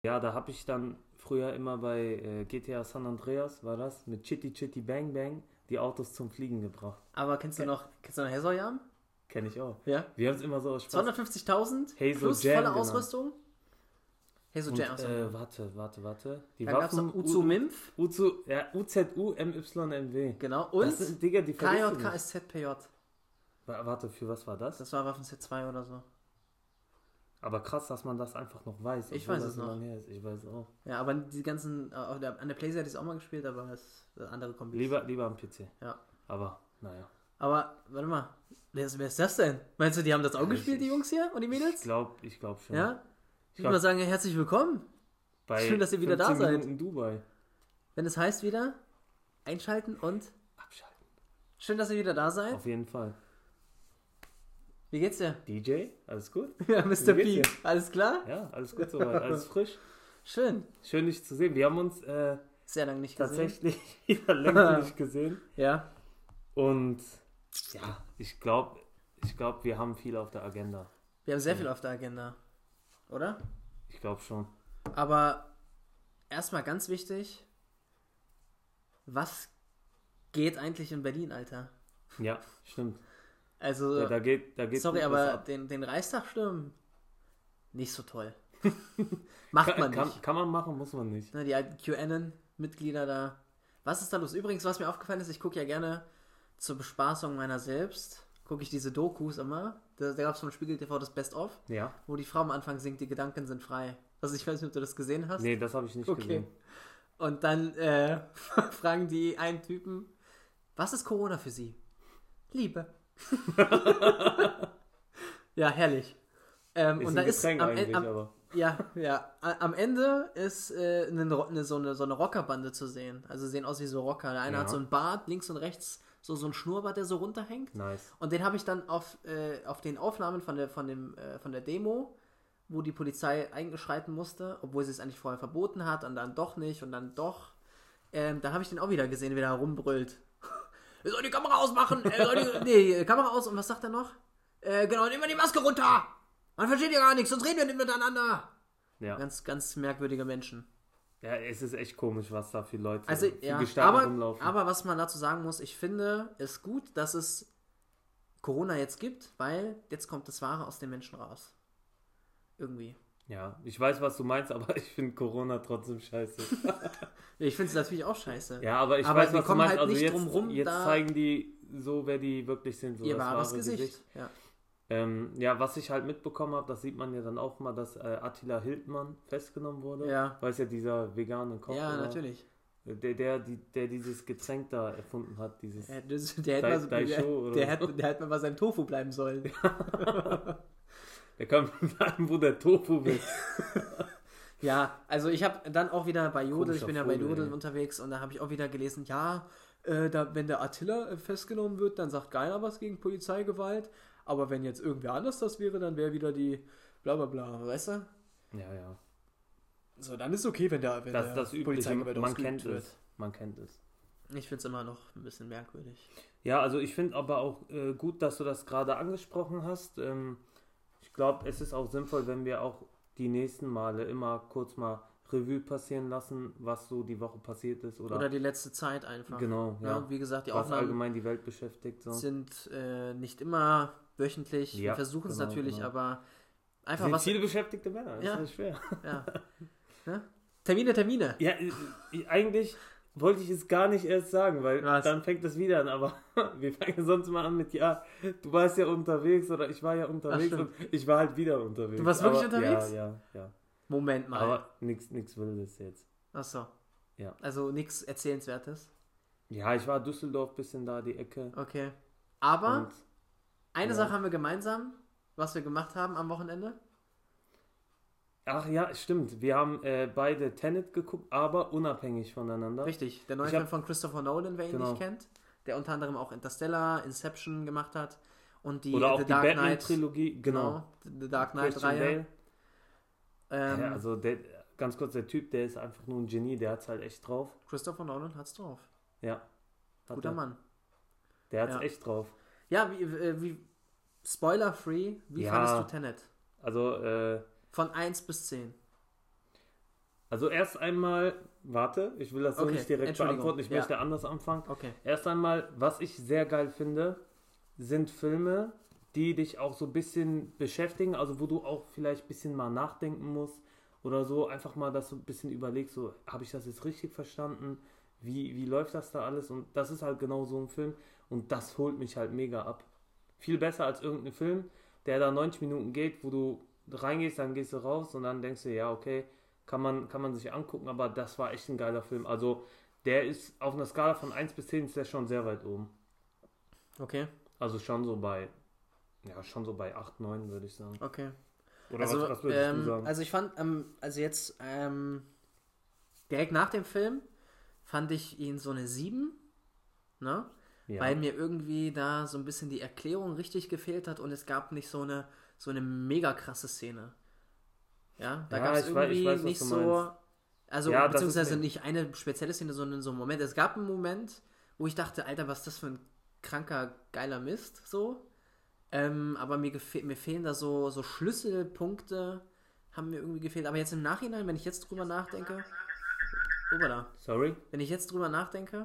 Ja, da habe ich dann früher immer bei GTA San Andreas, war das, mit Chitty Chitty Bang Bang die Autos zum Fliegen gebracht. Aber kennst du noch Hesoyam? Kenne ich auch. Ja. Wir haben es immer so aus Spaß. 250.000 Hazel plus Jam volle genannt. Ausrüstung. Hazel Und, Jam. warte. Die Dann gab es noch Uzu Mimpf. UZU MYMW. Genau. Und Das sind, Digga, die vergisst du nicht. KJKSZPJ. Warte, für was war das? Das war Waffenset 2 oder so. Aber krass, dass man das einfach noch weiß. Ich obwohl weiß das es so noch. lange her ist. Ich weiß auch. Ja, aber die ganzen, an der Playsee hatte ich es auch mal gespielt, aber es andere Kombis. Lieber am PC. Ja. Aber, naja. Aber, warte mal, wer ist das denn? Meinst du, die haben das auch gespielt, die Jungs hier und die Mädels? Ich glaub schon. Ja? Ich würde mal sagen, herzlich willkommen. Schön, dass ihr wieder da 15 seid. Minuten Dubai. Wenn es heißt wieder, einschalten und Abschalten. schön, dass ihr wieder da seid. Auf jeden Fall. Wie geht's dir? DJ, alles gut? Ja, Mr. Wie P. geht's Alles klar? Ja, alles gut soweit, alles frisch. Schön. Schön, dich zu sehen. Wir haben uns Sehr lange nicht gesehen. tatsächlich wieder länger nicht gesehen. Ja. Und ja, ich glaube, wir haben viel auf der Agenda. Wir haben sehr viel auf der Agenda. Oder? Ich glaube schon. Aber erstmal ganz wichtig, was geht eigentlich in Berlin, Alter? Ja, stimmt. Also, Ja, da geht sorry, gut was aber ab. den Reichstag stürmen, nicht so toll. Macht man nicht. Kann man machen, muss man nicht. Ne, die alten QAnon-Mitglieder da. Was ist da los? Übrigens, was mir aufgefallen ist, ich gucke ja gerne zur Bespaßung meiner selbst, gucke ich diese Dokus immer. Da gab es vom Spiegel TV das Best-of, Ja. wo die Frau am Anfang singt, die Gedanken sind frei. Also ich weiß nicht, ob du das gesehen hast. Nee, das habe ich nicht Okay. gesehen. Und dann fragen die einen Typen, was ist Corona für sie? Liebe. Ja, herrlich. Und da ist Getränk eigentlich, aber. am Ende ist so eine Rockerbande zu sehen. Also sehen aus wie so Rocker. Der eine Ja. hat so einen Bart, links und rechts so ein Schnurrbart, der so runterhängt. Nice. Und den habe ich dann auf den Aufnahmen von der Demo, wo die Polizei eingeschreiten musste, obwohl sie es eigentlich vorher verboten hat und dann doch nicht und dann doch. Da habe ich den auch wieder gesehen, wie er rumbrüllt. Ihr sollt die Kamera ausmachen! Kamera aus und was sagt er noch? Genau, nehmen wir die Maske runter! Man versteht ja gar nichts, sonst reden wir nicht miteinander. Ja. Ganz, ganz merkwürdige Menschen. Ja, es ist echt komisch, was da für Leute Also, für ja, Gestalten rumlaufen. aber was man dazu sagen muss, ich finde es gut, dass es Corona jetzt gibt, weil jetzt kommt das Wahre aus den Menschen raus. Irgendwie. Ja, ich weiß, was du meinst, aber ich finde Corona trotzdem scheiße. Ich finde es natürlich auch scheiße. Ja, aber ich Aber weiß, wir was du kommen meinst. halt Also nicht jetzt, drum rum, jetzt da- zeigen die so, wer die wirklich sind. So Ihr das wahres wahre Gesicht. Ja. Ja, was ich halt mitbekommen habe, das sieht man ja dann auch mal, dass Attila Hildmann festgenommen wurde. Ja. Weil es ja dieser vegane Koch Ja, war. natürlich. Der dieses Getränk da erfunden hat. Dieses Der hätte Daisho oder so. der hätte mal bei seinem Tofu bleiben sollen. Der kann bleiben, wo der Tofu wächst. Ja, also ich habe dann auch wieder bei Jodel, ich Komischer bin ja bei Vogel, Jodel ey. unterwegs und da habe ich auch wieder gelesen, ja, wenn der Attila festgenommen wird, dann sagt keiner was gegen Polizeigewalt, aber wenn jetzt irgendwer anders das wäre, dann wäre wieder die bla bla bla, weißt du? Ja. So, dann ist okay, wenn der Das Übliche, Polizeigewalt man ausgeübt kennt wird. es. Man kennt es. Ich finde es immer noch ein bisschen merkwürdig. Ja, also ich finde aber auch gut, dass du das gerade angesprochen hast. Ich glaube, es ist auch sinnvoll, wenn wir auch die nächsten Male immer kurz mal Revue passieren lassen, was so die Woche passiert ist. Oder die letzte Zeit einfach. Genau, ja. Und wie gesagt, die was Aufnahmen allgemein die Welt beschäftigt. So. sind nicht immer wöchentlich. Ja, Wir versuchen es genau, natürlich, genau. aber einfach Sind was... viele beschäftigte Männer, das Ja. ist schwer. Ja. Ja? Termine. Ja, eigentlich wollte ich es gar nicht erst sagen, weil Was? dann fängt es wieder an, aber wir fangen sonst mal an mit, ja, du warst ja unterwegs oder ich war ja unterwegs stimmt. und ich war halt wieder unterwegs. Du warst wirklich aber, unterwegs? Ja. Moment mal. Aber nichts Wildes jetzt. Achso. Ja. Also nichts Erzählenswertes. Ja, ich war Düsseldorf, bisschen da die Ecke. Okay. Aber Und, eine ja. Sache haben wir gemeinsam, was wir gemacht haben am Wochenende. ach ja, stimmt. Wir haben beide Tenet geguckt, aber unabhängig voneinander. Richtig. Der neue Ich Film hab- von Christopher Nolan, wer ihn Genau. nicht kennt. Der unter anderem auch Interstellar, Inception gemacht hat. Und die Oder auch The die Dark Knight. Batman-Trilogie. Genau. The Dark Christian Knight-Reihe. Bale. Ja, also ganz kurz, der Typ, der ist einfach nur ein Genie, der hat's halt echt drauf. Christopher Nolan hat's drauf. Ja. Hat Guter er. Mann. Der hat's Ja. echt drauf. Ja, wie Spoiler-free, wie Ja. fandest du Tenet? Also, Von 1 bis 10. Also erst einmal, warte, ich will das so Okay, nicht direkt Entschuldigung, beantworten, ich ja. möchte anders anfangen. Okay. Erst einmal, was ich sehr geil finde, sind Filme, die dich auch so ein bisschen beschäftigen, also wo du auch vielleicht ein bisschen mal nachdenken musst oder so, einfach mal das so ein bisschen überlegst, so, habe ich das jetzt richtig verstanden? Wie läuft das da alles? Und das ist halt genau so ein Film und das holt mich halt mega ab. Viel besser als irgendein Film, der da 90 Minuten geht, wo du reingehst, dann gehst du raus und dann denkst du, ja, okay, kann man sich angucken, aber das war echt ein geiler Film. Also der ist auf einer Skala von 1 bis 10 ist der schon sehr weit oben. Okay. Also schon so bei 8, 9 würde ich sagen. Okay. Oder Also, was würdest du sagen? also ich fand, direkt nach dem Film fand ich ihn so eine 7, ne? Ja. Weil mir irgendwie da so ein bisschen die Erklärung richtig gefehlt hat und es gab nicht so eine mega krasse Szene. Ja, da Ja, gab es ich irgendwie weiß, was nicht du so, meinst. also Ja, das beziehungsweise ist mir- nicht eine spezielle Szene, sondern so einen Moment. Es gab einen Moment, wo ich dachte, Alter, was ist das für ein kranker, geiler Mist, so. Aber mir fehlen da so Schlüsselpunkte, haben mir irgendwie gefehlt. Aber jetzt im Nachhinein, wenn ich jetzt drüber nachdenke, Sorry? wenn ich jetzt drüber nachdenke,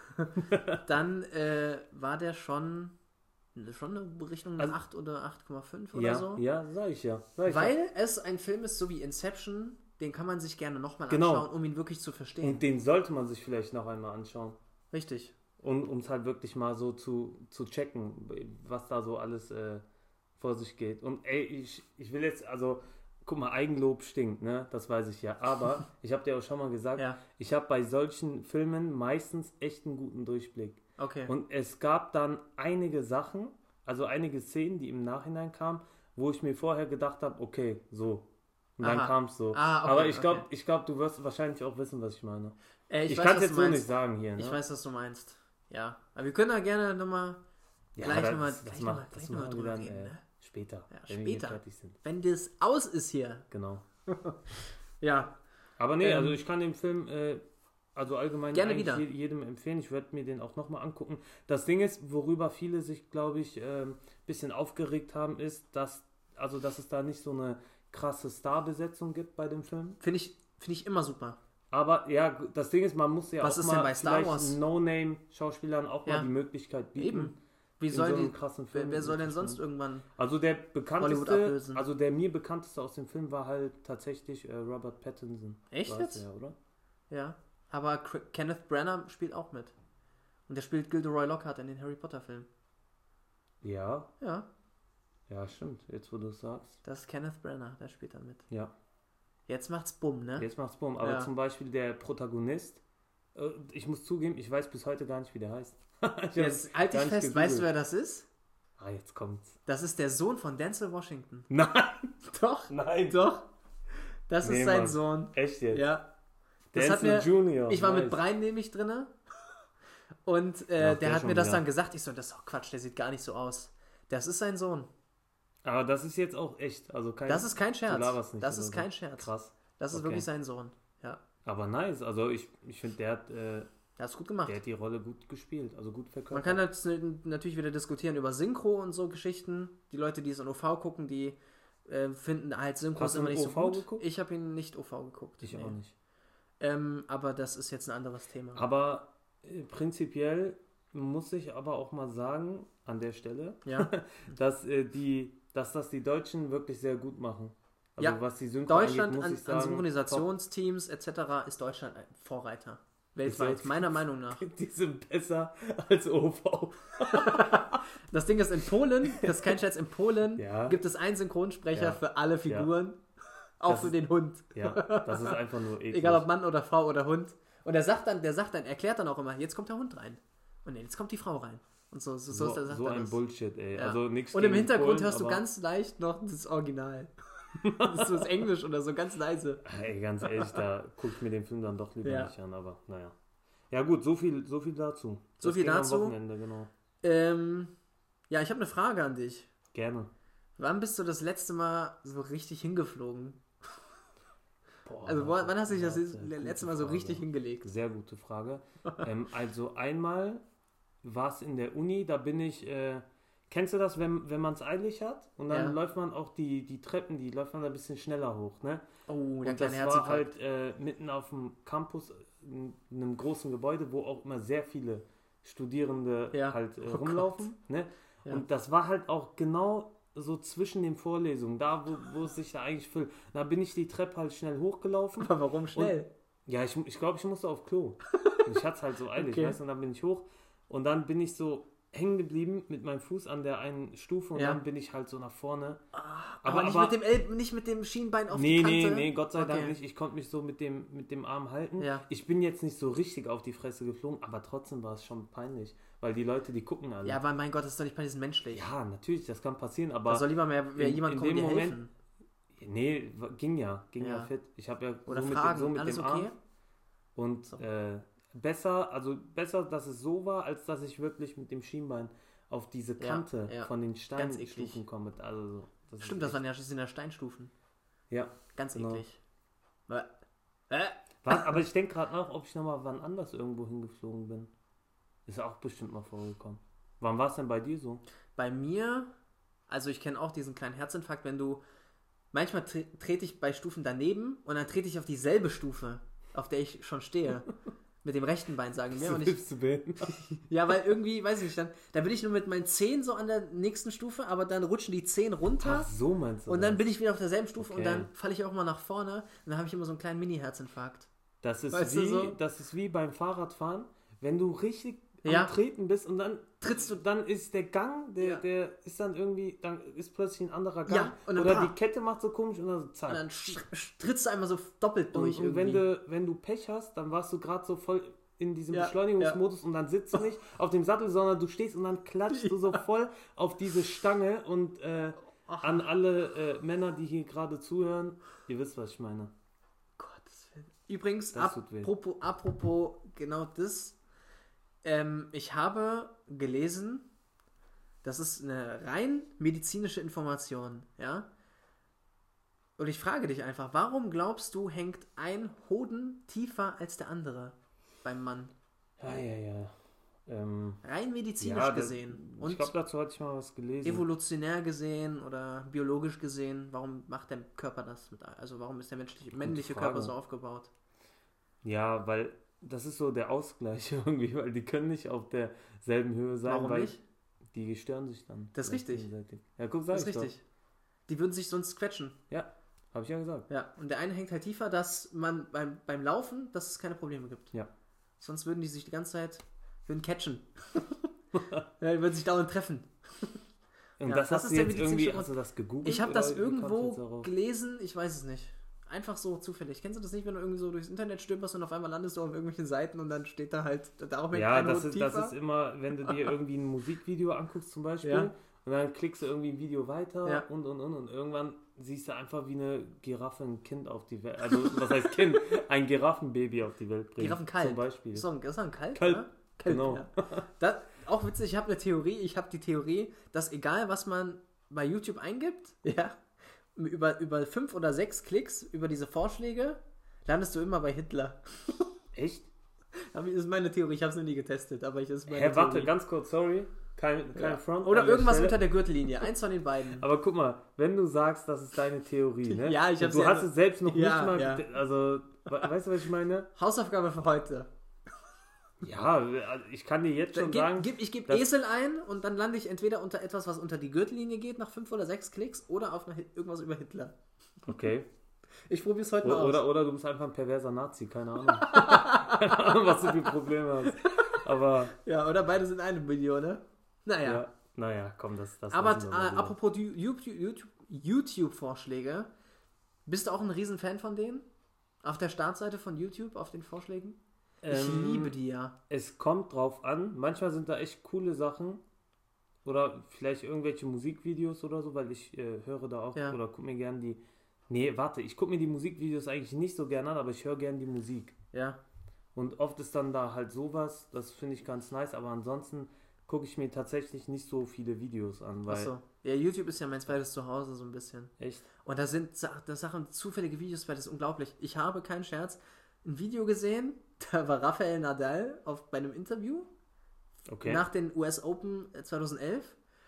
dann war der schon eine Richtung Also- 8 oder 8,5 oder Ja, so. ja, sag ich ja. Weil es ein Film ist, so wie Inception, den kann man sich gerne nochmal Genau. anschauen, um ihn wirklich zu verstehen. Und den sollte man sich vielleicht noch einmal anschauen. Richtig. Und um es halt wirklich mal so zu checken, was da so alles vor sich geht. Und ey, ich will jetzt, also, guck mal, Eigenlob stinkt, ne? Das weiß ich ja. Aber ich habe dir auch schon mal gesagt, Ja. ich habe bei solchen Filmen meistens echt einen guten Durchblick. Okay. Und es gab dann einige Sachen, also einige Szenen, die im Nachhinein kamen, wo ich mir vorher gedacht habe, okay, so. Und dann Aha. kam es so. Ah, okay, Aber ich glaube, okay. du wirst wahrscheinlich auch wissen, was ich meine. Ich Ich weiß, kann es was jetzt du so meinst. nicht sagen hier. Ne? Ich weiß, was du meinst. Ja. Aber wir können da gerne nochmal gleich nochmal machen wir dann ne? später, Ja, wenn wir hier später. fertig sind. Wenn das aus ist hier. Genau. Ja. Aber nee, Ähm, also ich kann den Film also allgemein gerne eigentlich wieder. jedem empfehlen. Ich werde mir den auch nochmal angucken. Das Ding ist, worüber viele sich, glaube ich, ein bisschen aufgeregt haben, ist, dass es da nicht so eine krasse Starbesetzung gibt bei dem Film. Finde ich immer super. Aber ja, das Ding ist, man muss ja Was auch ist mal denn bei Star vielleicht Wars? No-Name-Schauspielern auch Ja. mal die Möglichkeit bieten. Eben. Wie in soll so die, einem krassen Film wer soll denn mitzuspielen. sonst irgendwann Also der Hollywood bekannteste, ablösen? also der mir bekannteste aus dem Film war halt tatsächlich Robert Pattinson. Echt Weißt jetzt? du ja, oder? Ja. Aber Kenneth Branagh spielt auch mit. Und der spielt Gilderoy Lockhart in den Harry Potter Filmen. Ja, Ja. ja, stimmt. Jetzt, wo du es sagst. Das ist Kenneth Branagh, der spielt da mit. Ja, Jetzt macht's Bumm, ne? jetzt macht's Bumm. Aber Ja. zum Beispiel der Protagonist, ich muss zugeben, ich weiß bis heute gar nicht, wie der heißt. Ich Jetzt hab's halt dich gar nicht fest, weißt du, gegoogelt. wer das ist? Ah, jetzt kommt's. Das ist der Sohn von Denzel Washington. Nein, Doch, nein. doch. Das Nee, ist sein Mann. Sohn. Echt jetzt? Ja. Das hat Denzel mir, Junior. ich war mit nice. Brian nämlich drinne und Ach, der der hat schon mir das wieder. dann gesagt. Ich so, das ist doch Quatsch, der sieht gar nicht so aus. Das ist sein Sohn. Aber das ist jetzt auch echt. Also Das ist kein du Scherz. laberst nicht Das oder ist so. kein Scherz. Krass. Das ist Okay. wirklich sein Sohn. Ja. Aber nice. Also ich finde, der hat gut gemacht. die Rolle gut gespielt. Also gut verkörpert. Man kann jetzt natürlich wieder diskutieren über Synchro und so Geschichten. Die Leute, die es in OV gucken, die finden halt Synchros Hast du immer in nicht so OV gut. geguckt? Ich habe ihn nicht OV geguckt. Ich nee. auch nicht. Aber das ist jetzt ein anderes Thema. Aber prinzipiell muss ich aber auch mal sagen, an der Stelle, Ja. dass das die Deutschen wirklich sehr gut machen. Also Ja, was die Synchro Deutschland angeht, muss ich an sagen, Synchronisationsteams etc. ist Deutschland ein Vorreiter. Weltweit, Ist meiner Meinung nach. top. Die sind besser als OV. Das Ding ist in Polen, das ist kein Scherz, in Polen Ja. gibt es einen Synchronsprecher Ja. für alle Figuren. Auch Das für ist- den Hund. Ja, das ist einfach nur eklig. Egal ob Mann oder Frau oder Hund. Und erklärt dann auch immer, jetzt kommt der Hund rein. Und jetzt kommt die Frau rein. Und so sagt so er ein das. Bullshit, ey. Ja. Also nichts Und im gegen Hintergrund Polen, hörst du aber- ganz leicht noch das Original. Das ist so das Englisch oder so ganz leise. Ey, ganz ehrlich, da guckt mir den Film dann doch lieber Ja. nicht an, aber naja. Ja gut, so viel dazu. So viel ging am dazu. Wochenende, genau. Ja, ich habe eine Frage an dich. Gerne. Wann bist du das letzte Mal so richtig hingeflogen? Boah, Also wann hast du dich das gute letzte Mal so Frage. richtig hingelegt? Sehr gute Frage. Also einmal war es in der Uni, da bin ich, kennst du das, wenn man es eilig hat und dann läuft man auch die Treppen, die läuft man ein bisschen schneller hoch, ne? Oh, der und kleine das war Herzinfarkt. halt mitten auf dem Campus in einem großen Gebäude, wo auch immer sehr viele Studierende halt rumlaufen, ne? Ja. Und das war halt auch genau so zwischen den Vorlesungen, da wo es sich da eigentlich füllt. Da bin ich die Treppe halt schnell hochgelaufen. Aber warum schnell? Ja, ich glaube, ich musste auf Klo. Ich hatte es halt so eilig, weißt du, und dann bin ich hoch und dann bin ich so hängen geblieben mit meinem Fuß an der einen Stufe und dann bin ich halt so nach vorne. Aber nicht mit dem Schienbein auf die Kante? Nee, Gott sei Dank nicht. Ich konnte mich so mit dem Arm halten. Ja. Ich bin jetzt nicht so richtig auf die Fresse geflogen, aber trotzdem war es schon peinlich, weil die Leute, die gucken alle. Ja, aber mein Gott, das ist doch nicht bei diesen menschlich. Ja, natürlich, das kann passieren, aber... Da soll lieber mehr jemand kommen, dir helfen. Nee, ging ja fit. Ich habe ja oder so fragen, so mit alles dem okay? Arm und besser, dass es so war, als dass ich wirklich mit dem Schienbein auf diese Kante von den Steinstufen komme. Also, Stimmt, das sind ja Steinstufen. Ja. Ganz genau. eklig. Aber ich denke gerade nach, ob ich nochmal wann anders irgendwo hingeflogen bin. Ist auch bestimmt mal vorgekommen. Wann war es denn bei dir so? Bei mir, also ich kenne auch diesen kleinen Herzinfarkt, wenn du, manchmal trete ich bei Stufen daneben und dann trete ich auf dieselbe Stufe, auf der ich schon stehe. Mit dem rechten Bein, sagen wir. Ja, weil irgendwie, weiß ich nicht, dann bin ich nur mit meinen Zehen so an der nächsten Stufe, aber dann rutschen die Zehen runter. Ach, so meinst du und dann bin ich wieder auf derselben Stufe okay. Und dann falle ich auch mal nach vorne und dann habe ich immer so einen kleinen Mini-Herzinfarkt. Das ist wie beim Fahrradfahren, wenn du richtig am Treten bist und dann trittst du, dann ist der Gang, der ist dann irgendwie, dann ist plötzlich ein anderer Gang. Ja, und dann oder die Kette macht so komisch und dann so zack. Und dann trittst du einmal so doppelt durch. Und wenn du Pech hast, dann warst du gerade so voll in diesem Beschleunigungsmodus und dann sitzt du nicht auf dem Sattel, sondern du stehst und dann klatschst du so voll auf diese Stange und an alle Männer, die hier gerade zuhören, ihr wisst, was ich meine. Gottes Willen. Übrigens, apropos genau das, ich habe gelesen, das ist eine rein medizinische Information, ja? Und ich frage dich einfach, warum glaubst du, hängt ein Hoden tiefer als der andere beim Mann? Ja. Rein medizinisch gesehen. Und ich glaube, dazu hatte ich mal was gelesen. Evolutionär gesehen oder biologisch gesehen, warum macht der Körper das? Also warum ist der männliche Körper so aufgebaut? Ja, weil das ist so der Ausgleich irgendwie, weil die können nicht auf derselben Höhe sein. Warum weil nicht? Die stören sich dann. Das ist richtig. Ja, guck, sag das ist richtig. Doch. Die würden sich sonst quetschen. Ja, habe ich ja gesagt. Ja, und der eine hängt halt tiefer, dass man beim Laufen, dass es keine Probleme gibt. Ja. Sonst würden die sich die ganze Zeit catchen. Ja, die würden sich dauernd treffen. Und das hast du jetzt irgendwie, hast du das gegoogelt? Ich habe das irgendwo gelesen, ich weiß es nicht. Einfach so zufällig. Kennst du das nicht, wenn du irgendwie so durchs Internet stümperst und auf einmal landest du auf irgendwelchen Seiten und dann steht da halt, da hängt ein Hoden tiefer? Das ist immer, wenn du dir irgendwie ein Musikvideo anguckst zum Beispiel und dann klickst du irgendwie ein Video weiter und irgendwann siehst du einfach, wie eine Giraffe ein Kind auf die Welt, also was heißt Kind? Ein Giraffenbaby auf die Welt bringt. Giraffenkalb. Zum Beispiel. Das ist doch ein Kalb, Kalb, oder? Kalb, genau. Ja. Auch witzig, ich habe die Theorie, dass egal was man bei YouTube eingibt, über 5 oder 6 Klicks über diese Vorschläge, landest du immer bei Hitler. Echt? Das ist meine Theorie, ich habe es noch nie getestet, aber ist meine Theorie. Warte, ganz kurz, sorry. Kein Front. Oder irgendwas unter der Gürtellinie, eins von den beiden. Aber guck mal, wenn du sagst, das ist deine Theorie, ne? Ja, ich hab's du hast es selbst noch nicht mal, also, weißt du, was ich meine? Hausaufgabe für heute. Ja, ich kann dir jetzt schon sagen... Ich gebe Esel ein und dann lande ich entweder unter etwas, was unter die Gürtellinie geht, nach 5 oder 6 Klicks, oder auf irgendwas über Hitler. Okay. Ich probiere es heute mal aus. Oder du bist einfach ein perverser Nazi, keine Ahnung. Keine Ahnung, was du für Probleme hast. Aber... Ja, oder beide sind in einem Video, ne? Naja, komm, das aber apropos YouTube-Vorschläge, bist du auch ein Riesenfan von denen? Auf der Startseite von YouTube, auf den Vorschlägen? Ich liebe die ja. Es kommt drauf an. Manchmal sind da echt coole Sachen. Oder vielleicht irgendwelche Musikvideos oder so, weil ich höre da auch oder gucke mir gerne die... Nee, warte, ich gucke mir die Musikvideos eigentlich nicht so gerne an, aber ich höre gerne die Musik. Ja. Und oft ist dann da halt sowas, das finde ich ganz nice, aber ansonsten gucke ich mir tatsächlich nicht so viele Videos an. Weil achso. Ja, YouTube ist ja mein zweites Zuhause so ein bisschen. Echt? Und da sind Sachen, zufällige Videos, weil das ist unglaublich. Ich habe, keinen Scherz, ein Video gesehen, da war Rafael Nadal bei einem Interview nach den US Open 2011.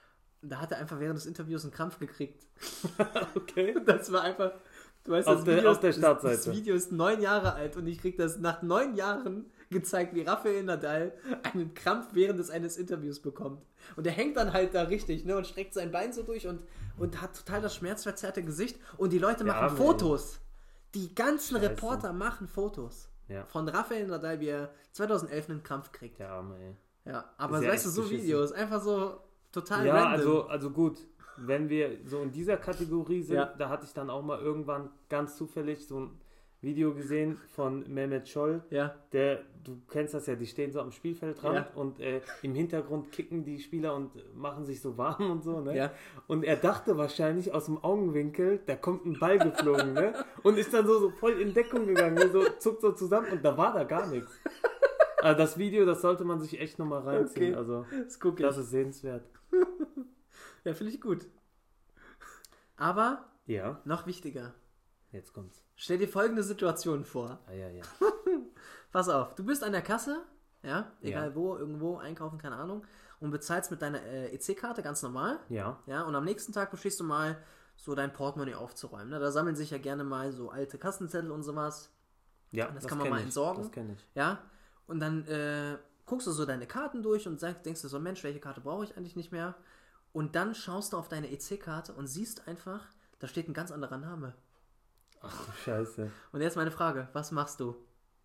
da hat er einfach während des Interviews einen Krampf gekriegt. Okay. Das war einfach, du weißt, Auf der Startseite. Das Video ist 9 Jahre alt und ich krieg das nach 9 Jahren gezeigt, wie Rafael Nadal einen Krampf während eines Interviews bekommt. Und er hängt dann halt da richtig, ne, und streckt sein Bein so durch und hat total das schmerzverzerrte Gesicht und die Leute machen Fotos. Die ganzen Reporter machen Fotos von Rafael Nadal, wie er 2011 einen Krampf kriegt. Der Arme, ey. Ja, aber weißt du, so Videos, einfach so total random. Ja, also gut, wenn wir so in dieser Kategorie sind, da hatte ich dann auch mal irgendwann ganz zufällig so ein Video gesehen von Mehmet Scholl, du kennst das ja, die stehen so am Spielfeldrand und im Hintergrund kicken die Spieler und machen sich so warm und so, ne? Ja. Und er dachte wahrscheinlich aus dem Augenwinkel, da kommt ein Ball geflogen, ne? Und ist dann so voll in Deckung gegangen, ne? So zuckt so zusammen und da war da gar nichts. Also das Video, das sollte man sich echt nochmal reinziehen, also das ist sehenswert. Ja, finde ich gut. Aber noch wichtiger. Jetzt kommt's. Stell dir folgende Situation vor. Ja. Pass auf, du bist an der Kasse, egal wo, irgendwo, einkaufen, keine Ahnung, und bezahlst mit deiner EC-Karte ganz normal. Ja, und am nächsten Tag bestehst du mal, so dein Portemonnaie aufzuräumen. Ne? Da sammeln sich ja gerne mal so alte Kassenzettel und sowas. Ja, das kann man mal entsorgen. Das kenne ich. Ja, und dann guckst du so deine Karten durch und denkst du so, Mensch, welche Karte brauche ich eigentlich nicht mehr? Und dann schaust du auf deine EC-Karte und siehst einfach, da steht ein ganz anderer Name. Ach du Scheiße. Und jetzt meine Frage, was machst du?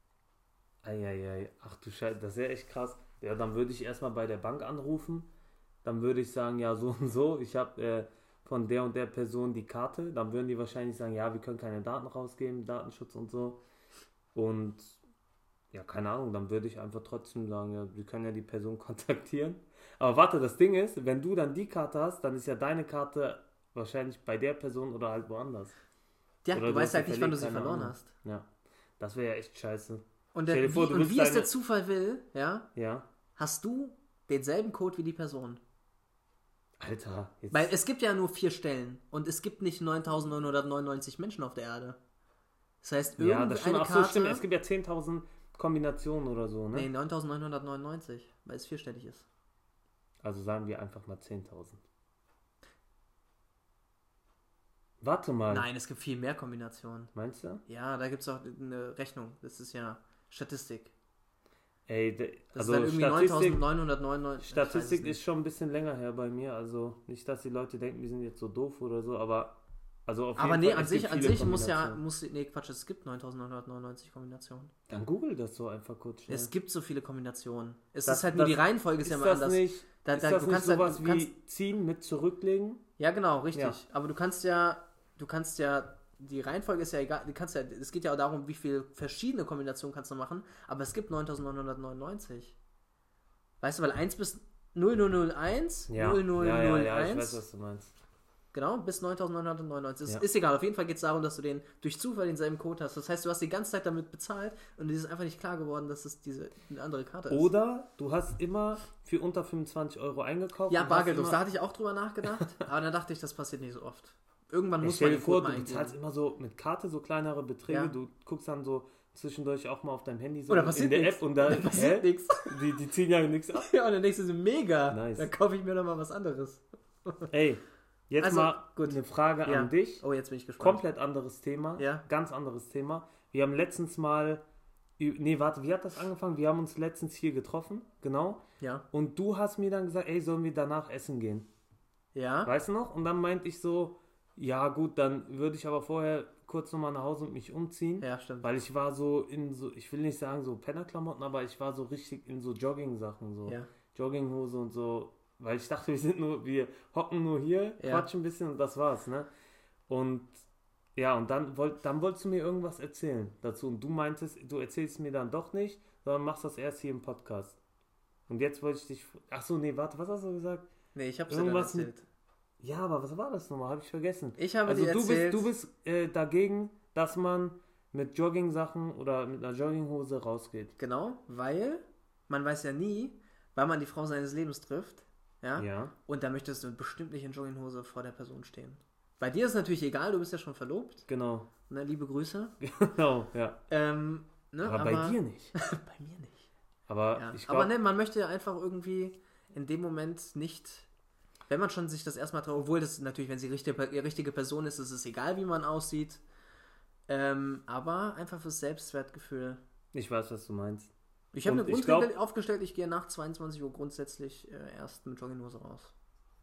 Ach du Scheiße, das ist ja echt krass. Ja, dann würde ich erstmal bei der Bank anrufen. Dann würde ich sagen, ja, so und so, ich habe von der und der Person die Karte. Dann würden die wahrscheinlich sagen, ja, wir können keine Daten rausgeben, Datenschutz und so. Und ja, keine Ahnung, dann würde ich einfach trotzdem sagen, ja, wir können ja die Person kontaktieren. Aber warte, das Ding ist, wenn du dann die Karte hast, dann ist ja deine Karte wahrscheinlich bei der Person oder halt woanders. Ja, oder du weißt halt nicht, wann du sie verloren hast. Ja, das wäre ja echt scheiße. Und wie es der Zufall will, hast du denselben Code wie die Person. Alter. Jetzt. Weil es gibt ja nur 4 Stellen und es gibt nicht 9.999 Menschen auf der Erde. Das heißt, das stimmt. Ach so, stimmt. Es gibt ja 10.000 Kombinationen oder so, ne? Nee, 9.999, weil es 4-stellig ist. Also sagen wir einfach mal 10.000. Warte mal. Nein, es gibt viel mehr Kombinationen. Meinst du? Ja, da gibt es auch eine Rechnung. Das ist ja Statistik. Ey, das ist dann irgendwie 9.999. Statistik ist schon ein bisschen länger her bei mir. Also nicht, dass die Leute denken, wir sind jetzt so doof oder so, aber also auf jeden Fall, an sich muss Quatsch, es gibt 9.999 Kombinationen. Dann google das so einfach kurz schnell. Es gibt so viele Kombinationen. Es ist halt nur die Reihenfolge ist ja mal anders. Ist das nicht sowas wie ziehen mit zurücklegen? Ja, genau, richtig. Ja. Aber du kannst ja, die Reihenfolge ist ja egal, es geht ja auch darum, wie viele verschiedene Kombinationen kannst du machen, aber es gibt 9.999. Weißt du, weil 1 bis 0001, 0001. Ja, ich weiß, was du meinst. Genau, bis 9.999. Ist egal, auf jeden Fall geht es darum, dass du durch Zufall denselben Code hast. Das heißt, du hast die ganze Zeit damit bezahlt und es ist einfach nicht klar geworden, dass es eine andere Karte ist. Oder du hast immer für unter 25 Euro eingekauft. Ja, bargeldlos, da hatte ich auch drüber nachgedacht, aber dann dachte ich, das passiert nicht so oft. Irgendwann muss man den Code mal eingeben. Du bezahlst immer so mit Karte so kleinere Beträge, du guckst dann so zwischendurch auch mal auf deinem Handy so in der App und da passiert nichts. Die ziehen ja nichts ab. Ja, und dann denkst du so, mega, nice. Dann kaufe ich mir noch mal was anderes. Ey, jetzt mal eine Frage an dich. Oh, jetzt bin ich gespannt. Komplett anderes Thema. Ja. Ganz anderes Thema. Wir haben letztens mal... wie hat das angefangen? Wir haben uns letztens hier getroffen. Genau. Ja. Und du hast mir dann gesagt, ey, sollen wir danach essen gehen? Ja. Weißt du noch? Und dann meinte ich so, ja gut, dann würde ich aber vorher kurz nochmal nach Hause und mich umziehen. Ja, stimmt. Weil ich war so ich will nicht sagen so Pennerklamotten, aber ich war so richtig in so Jogging-Sachen. So. Ja. Jogginghose und so. Weil ich dachte, wir hocken nur hier, quatschen ein bisschen und das war's, ne? Und ja, und dann wolltest du mir irgendwas erzählen dazu. Und du meintest, du erzählst mir dann doch nicht, sondern machst das erst hier im Podcast. Und jetzt wollte ich dich... Achso, nee, warte, was hast du gesagt? Nee, ich hab's dir dann erzählt. Ja, aber was war das nochmal? Habe ich vergessen. Ich habe dir erzählt... Du bist dagegen, dass man mit Jogging-Sachen oder mit einer Jogginghose rausgeht. Genau, weil man weiß ja nie, wann man die Frau seines Lebens trifft. Ja. Und da möchtest du bestimmt nicht in Jogginghose vor der Person stehen. Bei dir ist es natürlich egal, du bist ja schon verlobt. Genau. Ne, liebe Grüße. Genau, ja. Aber bei dir nicht. Bei mir nicht. Aber ich glaube... Aber ne, man möchte ja einfach irgendwie in dem Moment nicht wenn man schon sich das erstmal traut, obwohl das natürlich, wenn sie richtige Person ist, ist es egal, wie man aussieht. Aber einfach fürs Selbstwertgefühl. Ich weiß, was du meinst. Ich habe eine Grundregel aufgestellt, ich gehe nach 22 Uhr grundsätzlich erst mit Jogginghose raus.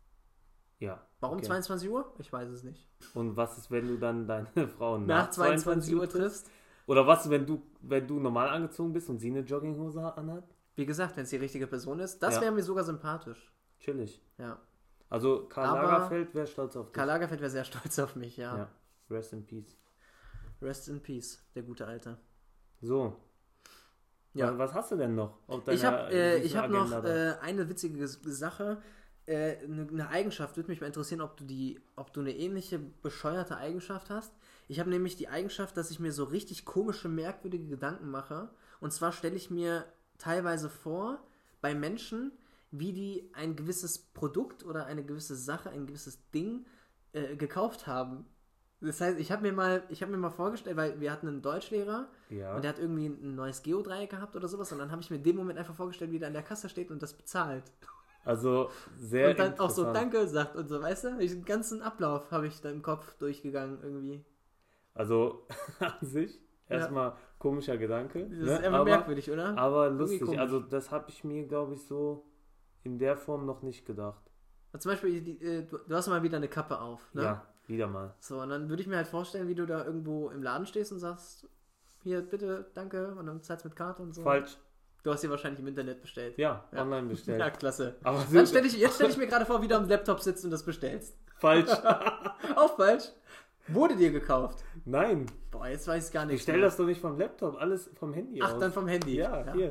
Ja. Warum 22 Uhr? Ich weiß es nicht. Und was ist, wenn du dann deine Frau nach 22 Uhr triffst? Oder was, wenn du normal angezogen bist und sie eine Jogginghose anhat? Wie gesagt, wenn es die richtige Person ist, das wäre mir sogar sympathisch. Chillig. Ja. Also Karl Lagerfeld wäre stolz auf dich. Karl Lagerfeld wäre sehr stolz auf mich, ja. Rest in Peace. Rest in Peace, der gute Alte. So. Ja. Was hast du denn noch auf deiner Ich habe noch eine witzige Sache. Eine Eigenschaft, würde mich mal interessieren, ob du eine ähnliche bescheuerte Eigenschaft hast. Ich habe nämlich die Eigenschaft, dass ich mir so richtig komische, merkwürdige Gedanken mache. Und zwar stelle ich mir teilweise vor, bei Menschen, wie die ein gewisses Produkt oder eine gewisse Sache, ein gewisses Ding gekauft haben. Das heißt, ich habe mir mal vorgestellt, weil wir hatten einen Deutschlehrer und der hat irgendwie ein neues Geodreieck gehabt oder sowas und dann habe ich mir in dem Moment einfach vorgestellt, wie der an der Kasse steht und das bezahlt. Also sehr und dann auch so Danke sagt und so, weißt du? Den ganzen Ablauf habe ich da im Kopf durchgegangen irgendwie. Also an sich erstmal komischer Gedanke. Das ist einfach merkwürdig, oder? Aber lustig. Also das habe ich mir, glaube ich, so in der Form noch nicht gedacht. Zum Beispiel, du hast mal wieder eine Kappe auf, ne? Ja, wieder mal. So, und dann würde ich mir halt vorstellen, wie du da irgendwo im Laden stehst und sagst, hier, bitte, danke, und dann zahlst mit Karte und so. Falsch. Du hast sie wahrscheinlich im Internet bestellt. Ja, online bestellt. Ja, klasse. Aber jetzt stell ich mir gerade vor, wie du am Laptop sitzt und das bestellst. Falsch. Auch falsch. Wurde dir gekauft? Nein. Boah, jetzt weiß ich gar nicht. Ich stelle das doch nicht vom Laptop, alles vom Handy aus. Ach, dann vom Handy. Ja. Hier.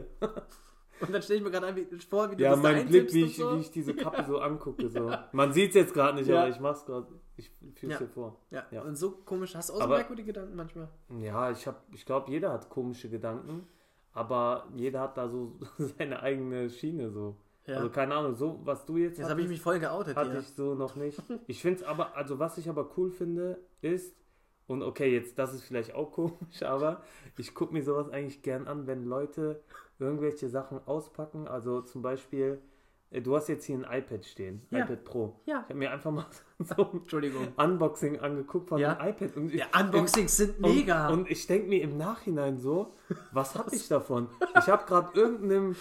Und dann stelle ich mir gerade vor, wie du das da mein Blick, wie so. ich diese Kappe so angucke. So. Man sieht es jetzt gerade nicht, aber ich mach's gerade. Ich fühle es dir vor. Ja, und so komisch. Hast du auch so merkwürdige Gedanken manchmal? Ja, ich glaube, jeder hat komische Gedanken, aber jeder hat da so seine eigene Schiene so. Ja. Also keine Ahnung, so was du jetzt habe ich mich voll geoutet. Hatte ich so noch nicht. Ich finde es aber, also was ich aber cool finde, ist, und okay, jetzt das ist vielleicht auch komisch, aber ich gucke mir sowas eigentlich gern an, wenn Leute irgendwelche Sachen auspacken. Also zum Beispiel, du hast jetzt hier ein iPad stehen, iPad Pro. Ja. Ich habe mir einfach mal so ein Unboxing angeguckt von einem iPad. Und Unboxings sind mega. Und ich denke mir im Nachhinein so, was habe ich davon? Ich habe gerade irgendeinem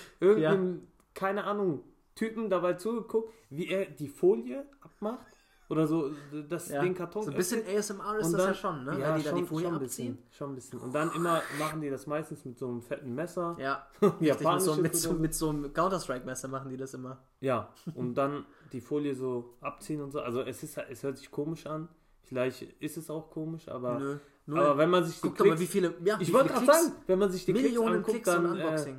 keine Ahnung, Typen dabei zugeguckt, wie er die Folie abmacht oder so, den Karton. So ein bisschen ASMR ist das ja schon, ne? Ja, wenn die schon, da die Folie abziehen. Schon ein bisschen. Und dann immer machen die das meistens mit so einem fetten Messer. Ja, mit mit so einem Counter-Strike-Messer machen die das immer. Ja, und dann die Folie so abziehen und so. Also es hört sich komisch an. Vielleicht ist es auch komisch, aber... Nö. Aber wenn man sich die Klicks... Guck mal, wie viele... Ja, ich wollte gerade sagen, wenn man sich die Millionen Klicks anguckt, dann... Unboxing.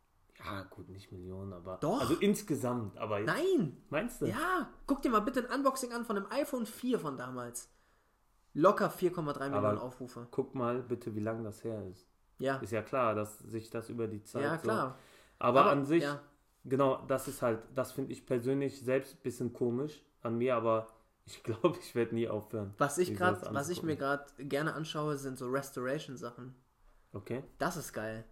Ja, gut, nicht Millionen, aber... Doch. Also insgesamt, aber... Nein. Meinst du? Ja. Guck dir mal bitte ein Unboxing an von einem iPhone 4 von damals. Locker 4,3 Millionen Aufrufe. Guck mal bitte, wie lange das her ist. Ja. Ist ja klar, dass sich das über die Zeit... Ja, klar. So, aber an sich, genau, das ist halt... Das finde ich persönlich selbst ein bisschen komisch an mir, aber ich glaube, ich werde nie aufhören. Was ich mir gerade gerne anschaue, sind so Restoration-Sachen. Okay. Das ist geil.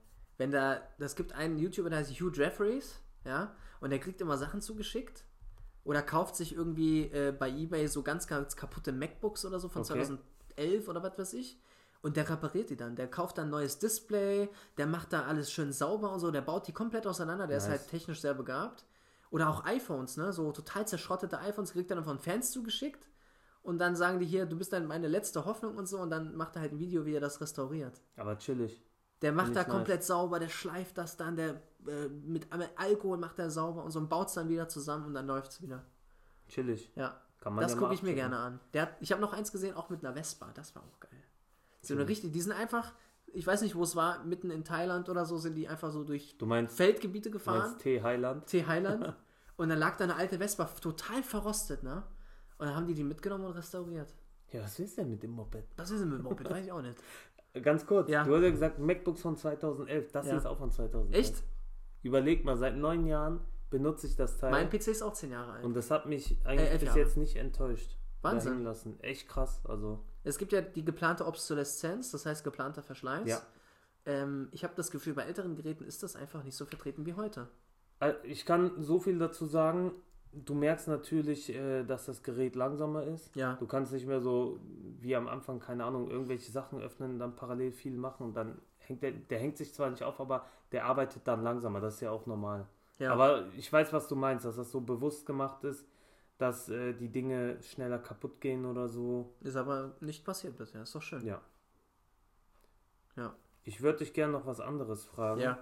Das gibt einen YouTuber, der heißt Hugh Jeffreys, ja, und der kriegt immer Sachen zugeschickt oder kauft sich irgendwie bei eBay so ganz, ganz kaputte MacBooks oder so von 2011 oder was weiß ich und der repariert die dann. Der kauft dann ein neues Display, der macht da alles schön sauber und so, der baut die komplett auseinander, der ist halt technisch sehr begabt. Oder auch iPhones, ne, so total zerschrottete iPhones kriegt er dann von Fans zugeschickt und dann sagen die hier, du bist dann meine letzte Hoffnung und so und dann macht er halt ein Video, wie er das restauriert. Aber chillig. Der macht da komplett sauber, der schleift das dann, der mit Alkohol macht er sauber und so und baut es dann wieder zusammen und dann läuft es wieder. Chillig. Ja. Das gucke ich mir gerne an. Ich habe noch eins gesehen, auch mit einer Vespa, das war auch geil. So eine richtig, die sind einfach, ich weiß nicht, wo es war, mitten in Thailand oder so, sind die einfach so durch Feldgebiete gefahren. Du meinst T-Highland? T-Highland. Und dann lag da eine alte Vespa, total verrostet, ne? Und dann haben die mitgenommen und restauriert. Ja, was ist denn mit dem Moped? Was ist denn mit dem Moped? Weiß ich auch nicht. Ganz kurz, du hast ja gesagt, MacBooks von 2011, das hier ist auch von 2011. Echt? Überleg mal, seit 9 Jahren benutze ich das Teil. Mein PC ist auch 10 Jahre alt. Und das hat mich eigentlich bis jetzt nicht enttäuscht. Wahnsinn. Lassen. Echt krass, also. Es gibt ja die geplante Obsoleszenz, das heißt geplanter Verschleiß. Ja. Ich habe das Gefühl, bei älteren Geräten ist das einfach nicht so vertreten wie heute. Ich kann so viel dazu sagen, du merkst natürlich, dass das Gerät langsamer ist. Ja. Du kannst nicht mehr so wie am Anfang, keine Ahnung, irgendwelche Sachen öffnen, dann parallel viel machen und dann hängt der hängt sich zwar nicht auf, aber der arbeitet dann langsamer. Das ist ja auch normal. Ja. Aber ich weiß, was du meinst, dass das so bewusst gemacht ist, dass die Dinge schneller kaputt gehen oder so. Ist aber nicht passiert bisher. Ist doch schön. Ja. Ja. Ich würde dich gerne noch was anderes fragen. Ja.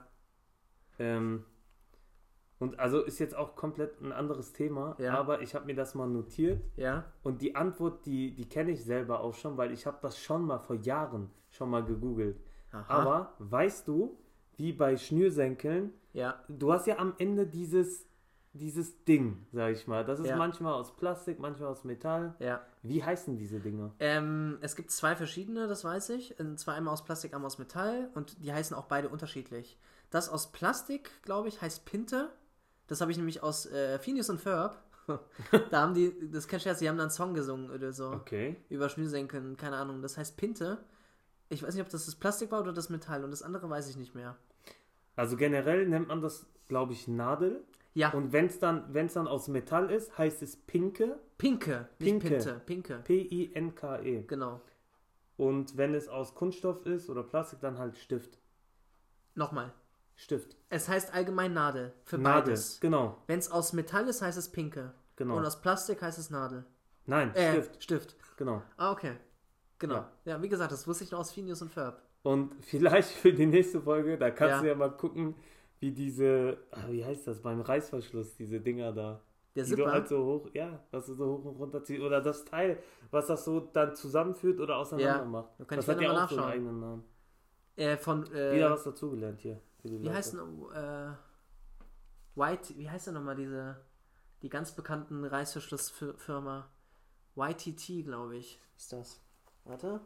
Und also ist jetzt auch komplett ein anderes Thema, Ja. aber ich habe mir das mal notiert Ja. und die Antwort, die kenne ich selber auch schon, weil ich habe das schon mal vor Jahren schon mal gegoogelt. Aha. Aber weißt du, wie bei Schnürsenkeln, Ja. du hast ja am Ende dieses Ding, sag ich mal. Das ist Ja. manchmal aus Plastik, manchmal aus Metall. Ja. Wie heißen diese Dinge? Es gibt 2 verschiedene, das weiß ich. Und zwar einmal aus Plastik, einmal aus Metall. Und die heißen auch beide unterschiedlich. Das aus Plastik, glaube ich, heißt Pinte. Das habe ich nämlich aus Phineas und Ferb. Da haben die, das kennst du ja, sie haben da einen Song gesungen oder so. Okay. Über Schnürsenkeln, keine Ahnung. Das heißt Pinte. Ich weiß nicht, ob das Plastik war oder das Metall. Und das andere weiß ich nicht mehr. Also generell nennt man das, glaube ich, Nadel. Ja, Und wenn es dann aus Metall ist, heißt es Pinke. Pinke, nicht Pinke. Pinte. Pinke. Pinke. Genau. Und wenn es aus Kunststoff ist oder Plastik, dann halt Stift. Nochmal. Stift. Es heißt allgemein Nadel. Für Nadel. beides. Genau. Wenn es aus Metall ist, heißt es Pinke. Genau. Und aus Plastik heißt es Nadel. Nein, Stift. Stift. Genau. Ah, okay. Genau. Ja. Ja, wie gesagt, das wusste ich noch aus Phineas und Ferb. Und vielleicht für die nächste Folge, da kannst Ja. du ja mal gucken, wie diese, wie heißt das, beim Reißverschluss, diese Dinger da. Der Die du Zipper. halt so hoch, ja, was du so hoch und runter ziehst. Oder das Teil, was das so dann zusammenführt oder auseinander Ja, macht. da kann Das ich hat gerne ja mal auch so einen nachschauen. eigenen Namen. Wieder was dazugelernt hier. Für die wie Leute. heißt denn, wie heißt denn nochmal die ganz bekannten Reißverschlussfirma? YTT, glaube ich, ist das. Warte.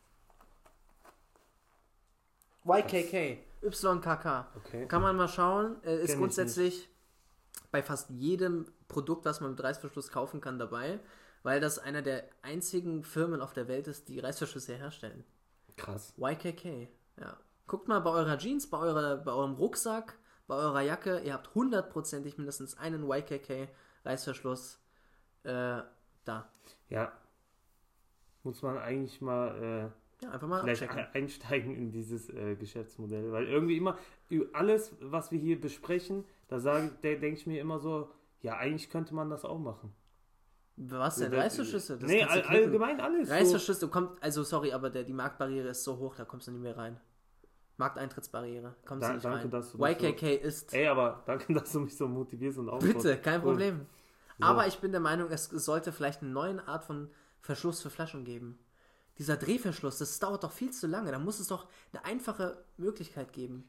YKK. YKK. Okay. Kann man mal schauen. Kenn Ist ich grundsätzlich bei fast jedem Produkt, was man mit Reißverschluss kaufen kann, dabei, weil das einer der einzigen Firmen auf der Welt ist, die Reißverschlüsse herstellen. Krass. YKK, ja. Guckt mal bei eurer Jeans, bei eurem Rucksack, bei eurer Jacke, ihr habt 100%ig mindestens einen YKK-Reißverschluss da. Ja. Muss man eigentlich mal Ja, einfach mal vielleicht abchecken. einsteigen in dieses Geschäftsmodell. Weil irgendwie immer, alles, was wir hier besprechen, da denke ich mir immer so, ja, eigentlich könnte man das auch machen. Was denn? So, Reißverschlüsse? Das nee, kannst du knicken. allgemein alles. Reißverschlüsse, sorry, aber die Marktbarriere ist so hoch, da kommst du nicht mehr rein. Markteintrittsbarriere, kommst du nicht Danke, rein. dass du mich YKK ist... Ey, aber danke, dass du mich so motivierst und aufbaust. Bitte, kein Cool. Problem. So. Aber ich bin der Meinung, es sollte vielleicht eine neue Art von Verschluss für Flaschen geben. Dieser Drehverschluss, das dauert doch viel zu lange. Da muss es doch eine einfache Möglichkeit geben.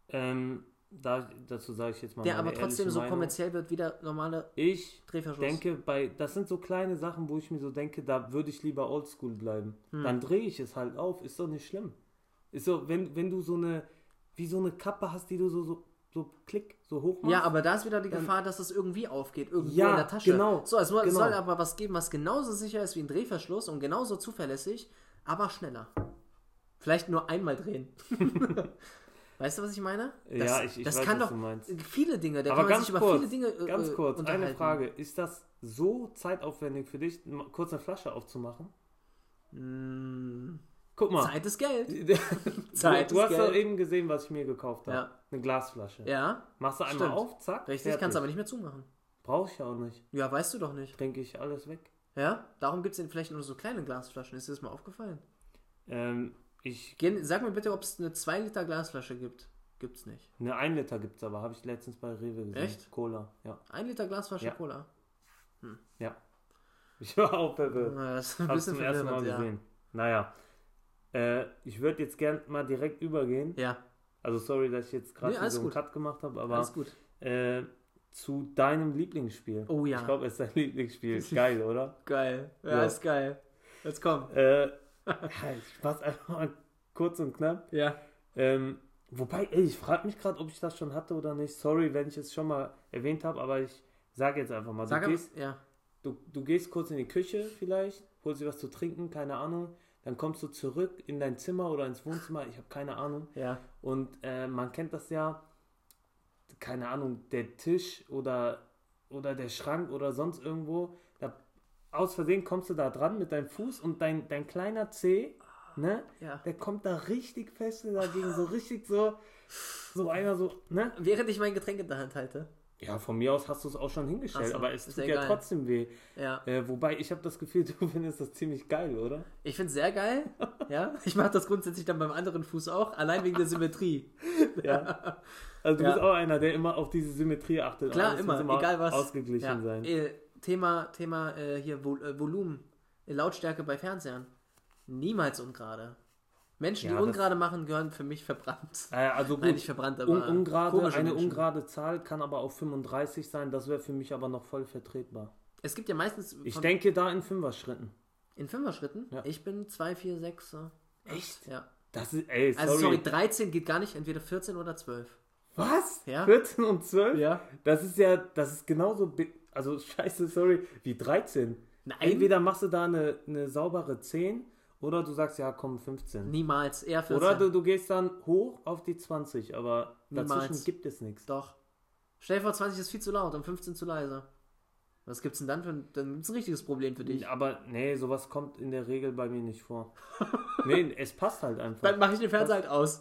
Dazu sage ich jetzt mal Der meine aber trotzdem ehrliche so Meinung. kommerziell wird wie der normale Ich Drehverschluss. denke, das sind so kleine Sachen, wo ich mir so denke, da würde ich lieber oldschool bleiben. Dann drehe ich es halt auf, ist doch nicht schlimm. Ist so, wenn du so eine Kappe hast, die du so klick, so hoch machst. Ja, aber da ist wieder die Gefahr, dass es irgendwie aufgeht, irgendwo Ja, in der Tasche. genau, So, es soll genau. aber was geben, was genauso sicher ist wie ein Drehverschluss und genauso zuverlässig, aber schneller. Vielleicht nur einmal drehen. Weißt du, was ich meine? Ja, ich das weiß, kann was doch du meinst. viele Dinge, da Aber kann man ganz sich über kurz, viele Dinge Ganz kurz, eine unterhalten. Frage. Ist das so zeitaufwendig für dich, kurz eine Flasche aufzumachen? Guck mal. Zeit ist Geld. Du ist hast Geld. doch eben gesehen, was ich mir gekauft habe. Ja. Eine Glasflasche. Ja, Machst du einmal Stimmt. auf, zack, richtig, fertig. kannst du aber nicht mehr zumachen. Brauche ich ja auch nicht. Ja, weißt du doch nicht. Trinke ich alles weg. Ja, darum gibt es vielleicht nur so kleine Glasflaschen. Ist dir das mal aufgefallen? Ich Sag mir bitte, ob es eine 2 Liter Glasflasche gibt. Gibt's nicht. Eine 1 Liter gibt's aber, habe ich letztens bei Rewe gesehen. Echt? Cola, ja. 1 Liter Glasflasche Ja. Cola. Ja. Ich war auch bei Ja, das ist ein Hab's bisschen zum ersten Mal verwirrend, gesehen. Naja. Ich würde jetzt gern mal direkt übergehen. Ja. Also sorry, dass ich jetzt gerade Nee, alles so einen gut. Cut gemacht habe, aber Alles gut. zu deinem Lieblingsspiel. Oh ja. Ich glaube, es ist dein Lieblingsspiel. Geil, oder? Geil. Ja, Ja. ist geil. Jetzt komm. Ich mach's einfach mal kurz und knapp. Ja. Wobei, ich frage mich gerade, ob ich das schon hatte oder nicht. Sorry, wenn ich es schon mal erwähnt habe, aber ich sage jetzt einfach mal. Ja. Du gehst kurz in die Küche vielleicht, holst dir was zu trinken, keine Ahnung. Dann kommst du zurück in dein Zimmer oder ins Wohnzimmer, ich habe keine Ahnung. Ja. Und man kennt das ja, keine Ahnung, der Tisch oder oder der Schrank oder sonst irgendwo, aus Versehen kommst du da dran mit deinem Fuß und dein kleiner Zeh, ne, der kommt da richtig fest dagegen, so richtig so einer so, ne? Während ich mein Getränk in der Hand halte. Ja, von mir aus hast du es auch schon hingestellt, aber es tut ja trotzdem weh. Ja. Wobei, ich habe das Gefühl, du findest das ziemlich geil, oder? Ich finde es sehr geil, ja. Ich mache das grundsätzlich dann beim anderen Fuß auch, allein wegen der Symmetrie. Ja. Also du bist auch einer, der immer auf diese Symmetrie achtet. Klar, immer, egal was. Ausgeglichen sein. Thema hier Volumen, Lautstärke bei Fernsehern. Niemals ungerade. Menschen, die ungerade machen, gehören für mich verbrannt. Also gut, Nein, nicht verbrannt, aber ungerade Zahl kann aber auch 35 sein. Das wäre für mich aber noch voll vertretbar. Es gibt ja meistens... Ich denke da in 5er-Schritten. In 5er-Schritten? Ja. Ich bin 2, 4, 6. Echt? Ja. Das ist, sorry. Also sorry, 13 geht gar nicht, entweder 14 oder 12. Was? Ja. 14 und 12? Ja. Das ist genauso, also scheiße, sorry, wie 13. Nein. Entweder machst du da eine saubere 10 oder du sagst, ja komm, 15. Niemals, eher 14. Oder du gehst dann hoch auf die 20, aber Niemals. Dazwischen gibt es nichts. Doch. Stell dir vor, 20 ist viel zu laut und 15 zu leise. Was gibt's denn dann dann gibt's ein richtiges Problem für dich. Aber nee, sowas kommt in der Regel bei mir nicht vor. Nee, es passt halt einfach. Dann mache ich den Fernseher halt aus.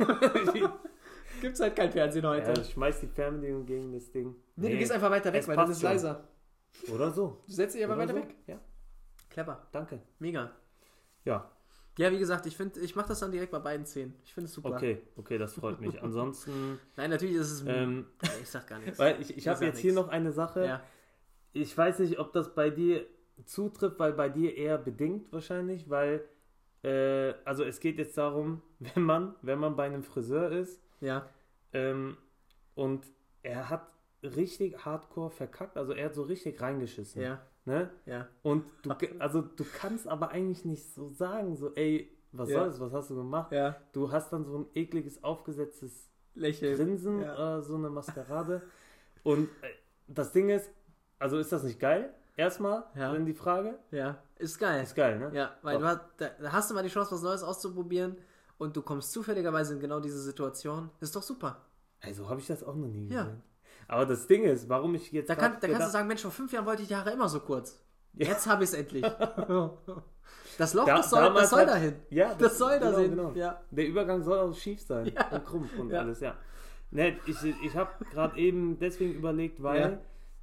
Gibt's halt kein Fernsehen heute. Ja, ich schmeiß die Fernbedienung gegen das Ding. Nee, du gehst einfach weiter weg, weil das ist leiser. Oder so. Du setzt dich aber weiter so. weg. Ja. Clever. Danke. Mega. Ja. Ja, wie gesagt, ich mache das dann direkt bei beiden Zähnen. Ich finde es super. Okay, das freut mich. Ansonsten... Nein, natürlich ist es... ich sag gar nichts. Weil ich habe jetzt hier noch eine Sache. Ja. Ich weiß nicht, ob das bei dir zutrifft, weil bei dir eher bedingt wahrscheinlich, weil... also es geht jetzt darum, wenn man bei einem Friseur ist... Ja. Und er hat richtig hardcore verkackt, also er hat so richtig reingeschissen. Ja. Ne? Ja. Und du kannst aber eigentlich nicht so sagen, so, ey, was soll das, was hast du gemacht? Ja. Du hast dann so ein ekliges, aufgesetztes Lächeln. Grinsen, so eine Maskerade. Und das Ding ist, also ist das nicht geil? Erstmal, dann die Frage. Ja, ist geil. Ist geil, ne? Ja, weil da hast du mal die Chance, was Neues auszuprobieren und du kommst zufälligerweise in genau diese Situation. Das ist doch super. Also habe ich das auch noch nie gesehen. Ja. Aber das Ding ist, warum ich jetzt... Da kannst du sagen, Mensch, vor 5 Jahren wollte ich die Haare immer so kurz. Ja. Jetzt habe ich es endlich. Das Loch, das soll dahin. Ja, das soll da sein. Genau. Ja. Der Übergang soll auch schief sein und krumm und alles, ja. Ne, ich habe gerade eben deswegen überlegt, weil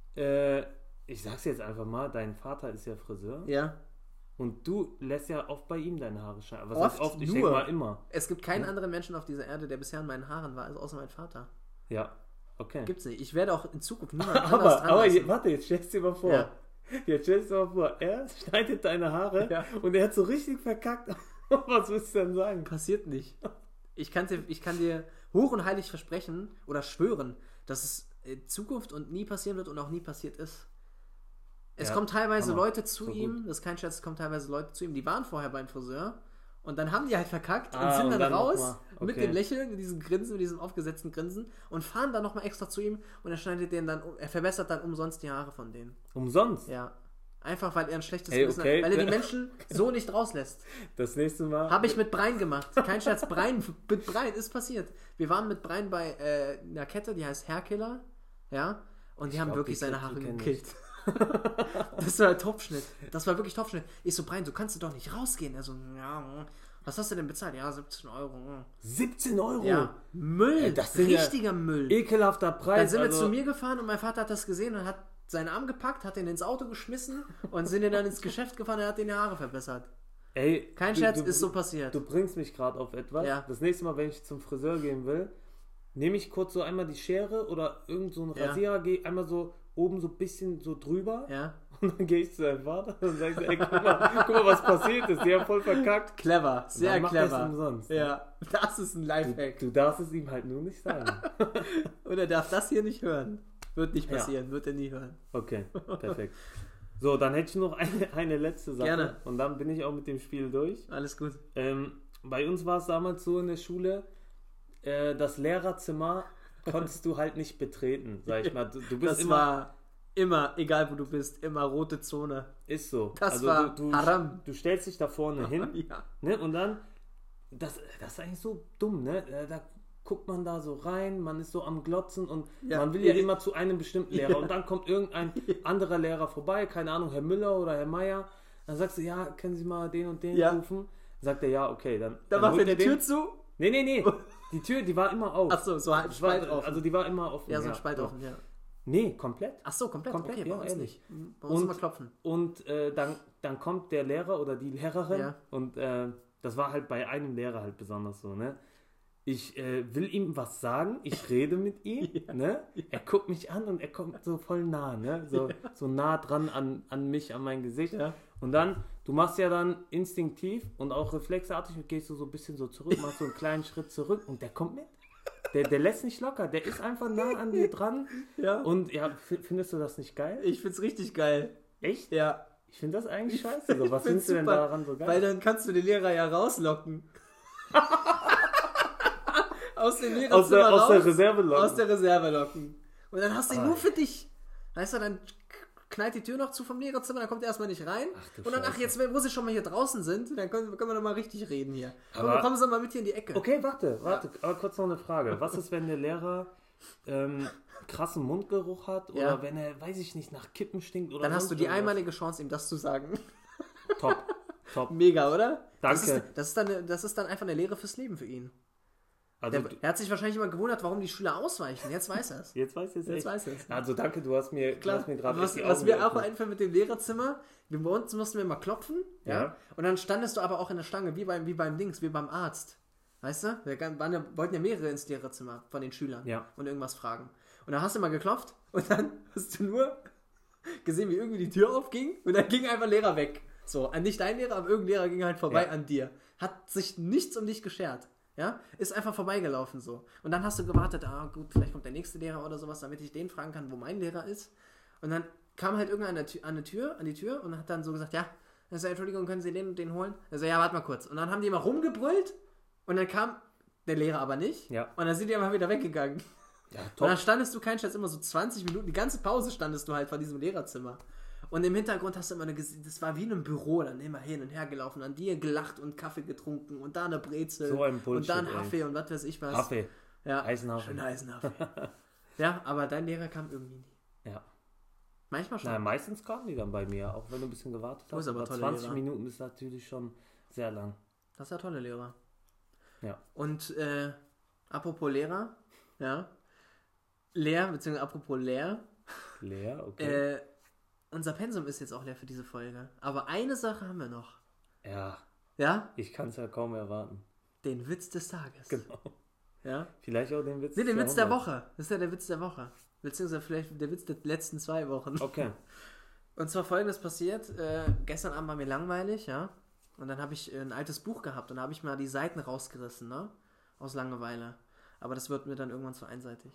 ich sag's jetzt einfach mal, dein Vater ist ja Friseur. Ja. Und du lässt ja oft bei ihm deine Haare schneiden. Was oft? heißt oft? Ich denke mal immer. Es gibt keinen anderen Menschen auf dieser Erde, der bisher an meinen Haaren war, außer mein Vater. Ja, okay. Gibt's nicht. Ich werde auch in Zukunft niemand anders dran lassen. Warte, jetzt stellst du dir mal vor. Ja. Jetzt stellst du dir mal vor, er schneidet deine Haare und er hat so richtig verkackt. Was willst du denn sagen? Passiert nicht. Ich kann dir hoch und heilig versprechen oder schwören, dass es in Zukunft und nie passieren wird und auch nie passiert ist. Es kommen teilweise Leute zu ihm, das ist kein Scherz, es kommen teilweise Leute zu ihm, die waren vorher beim Friseur und dann haben die halt verkackt und sind dann raus mit dem Lächeln, mit diesem Grinsen, mit diesem aufgesetzten Grinsen und fahren dann nochmal extra zu ihm und er verbessert dann umsonst die Haare von denen. Umsonst? Ja. Einfach, weil er ein schlechtes Gewissen hat, weil er die Menschen so nicht rauslässt. Das nächste Mal... Habe ich mit Brian gemacht. Kein Scherz, mit Brian ist passiert. Wir waren mit Brian bei einer Kette, die heißt Hairkiller, ja, und die haben wirklich seine Haare gekillt. Das war Topfschnitt. Das war wirklich Topfschnitt. Ich so, Brian, du kannst doch nicht rausgehen. Er so, ja, was hast du denn bezahlt? Ja, 17 Euro. 17 Euro? Ja, Müll. Das richtiger Müll. Ekelhafter Preis. Dann sind wir zu mir gefahren und mein Vater hat das gesehen und hat seinen Arm gepackt, hat ihn ins Auto geschmissen und sind dann ins Geschäft gefahren und er hat den die Haare verbessert. Ey, kein Scherz, ist so passiert. Du bringst mich gerade auf etwas. Ja. Das nächste Mal, wenn ich zum Friseur gehen will, nehme ich kurz so einmal die Schere oder irgend so einen Rasierer, gehe einmal so oben so ein bisschen so drüber und dann gehe ich zu deinem Vater und sage so, ey, guck mal, was passiert ist. Die haben voll verkackt. Clever, sehr clever. Das umsonst. Ja, das ist ein Lifehack. Du darfst es ihm halt nur nicht sagen. Und er darf das hier nicht hören. Wird nicht passieren, wird er nie hören. Okay, perfekt. So, dann hätte ich noch eine letzte Sache. Gerne. Und dann bin ich auch mit dem Spiel durch. Alles gut. Bei uns war es damals so in der Schule, das Lehrerzimmer konntest du halt nicht betreten, sag ich mal. Du bist das war immer, egal wo du bist, immer rote Zone. Ist so. Das also war Haram. Du stellst dich da vorne hin, ne? Und dann, das ist eigentlich so dumm, ne? Da guckt man da so rein, man ist so am Glotzen und Ja. man will ja immer zu einem bestimmten Lehrer und dann kommt irgendein anderer Lehrer vorbei, keine Ahnung, Herr Müller oder Herr Meier, dann sagst du, ja, können Sie mal den und den Ja. rufen? Dann sagt er, ja, okay, dann macht holt er die den. Tür zu. Nee, die Tür, die war immer auf. Achso, so halb Das war, Spalt offen. also die war immer offen. ja, so ein Spalt offen, ja. Nee, komplett. Achso, komplett. Komplett, Okay, ja, bei uns ehrlich. nicht. Bei uns Und- immer klopfen. Und dann kommt der Lehrer oder die Lehrerin Ja. und das war halt bei einem Lehrer halt besonders so, ne? Ich will ihm was sagen, ich rede mit ihm, ne? Er guckt mich an und er kommt so voll nah, ne? So nah dran an mich, an mein Gesicht. Ja. Und dann, du machst ja dann instinktiv und auch reflexartig, gehst du so ein bisschen so zurück, machst so einen kleinen Schritt zurück und der kommt mit. Der lässt nicht locker, der ist einfach nah an dir dran. Ja. Und ja, findest du das nicht geil? Ich find's richtig geil. Echt? Ja. Ich finde das eigentlich scheiße. So. Was find's findest du denn super, daran so geil? Weil dann kannst du den Lehrer ja rauslocken. Aus dem Lehrerzimmer aus der raus, Reserve locken. aus der Reserve locken. Und dann hast du ihn nur für dich. Weißt du, dann knallt die Tür noch zu vom Lehrerzimmer, dann kommt er erstmal nicht rein. du Und dann, Scheiße. jetzt, wo sie schon mal hier draußen sind, dann können wir noch mal richtig reden hier. Komm, Aber- kommen Sie mal mit hier in die Ecke. Okay, warte, aber kurz noch eine Frage. Was ist, wenn der Lehrer krassen Mundgeruch hat oder Ja. wenn er, weiß ich nicht, nach Kippen stinkt oder Dann hast sonst du die irgendwas? einmalige Chance, ihm das zu sagen. Top. Mega, oder? Danke. Das ist dann einfach eine Lehre fürs Leben für ihn. Also, Er hat sich wahrscheinlich immer gewundert, warum die Schüler ausweichen. Jetzt weiß er es. jetzt weiß ich es Jetzt echt. weiß er es. Also danke, du hast mir Klar, gerade was echt die mir Augen auch geöffnet. einfällt mit dem Lehrerzimmer, bei uns mussten wir mal klopfen, ja? Ja. Und dann standest du aber auch in der Stange, wie beim Dings, wie beim Arzt. Weißt du? Wollten ja mehrere ins Lehrerzimmer von den Schülern Ja. und irgendwas fragen. Und dann hast du mal geklopft und dann hast du nur gesehen, wie irgendwie die Tür aufging und dann ging einfach Lehrer weg. So, nicht dein Lehrer, aber irgendein Lehrer ging halt vorbei Ja. an dir. Hat sich nichts um dich geschert. Ja, ist einfach vorbeigelaufen so. Und dann hast du gewartet, gut, vielleicht kommt der nächste Lehrer oder sowas, damit ich den fragen kann, wo mein Lehrer ist. Und dann kam halt irgendeiner an die Tür und hat dann so gesagt, ja, also, Entschuldigung, können Sie den holen? Also, ja, warte mal kurz. Und dann haben die immer rumgebrüllt und dann kam der Lehrer aber nicht. Ja. Und dann sind die einfach wieder weggegangen. Ja, Und top. dann standest du, kein Scherz, immer so 20 Minuten, die ganze Pause standest du halt vor diesem Lehrerzimmer. Und im Hintergrund hast du immer das war wie in einem Büro, dann immer hin und her gelaufen, an dir gelacht und Kaffee getrunken und da eine Brezel So ein Bullshit, und da ein ey. Haffee und was weiß ich was. Kaffee. Ja, Eisenhafer. schön Eisenhafer. Ja, aber dein Lehrer kam irgendwie nie. Ja. Manchmal schon. Na, meistens kamen die dann bei mir, auch wenn du ein bisschen gewartet Du bist hast. aber Aber tolle 20 Lehrer. Minuten ist natürlich schon sehr lang. Das ist ja tolle Lehrer. Ja. Und apropos Lehrer, ja, apropos leer, Leer, okay. unser Pensum ist jetzt auch leer für diese Folge. Aber eine Sache haben wir noch. Ja, Ja? ich kann es ja kaum erwarten. Den Witz des Tages. Genau. Ja? Vielleicht auch den Witz Nee, den des Witz der Jahrhunderts. Woche. Das ist ja der Witz der Woche. Beziehungsweise vielleicht der Witz der letzten 2 Wochen. Okay. Und zwar folgendes passiert. Gestern Abend war mir langweilig, ja. Und dann habe ich ein altes Buch gehabt und da habe ich mal die Seiten rausgerissen, ne? Aus Langeweile. Aber das wird mir dann irgendwann zu einseitig.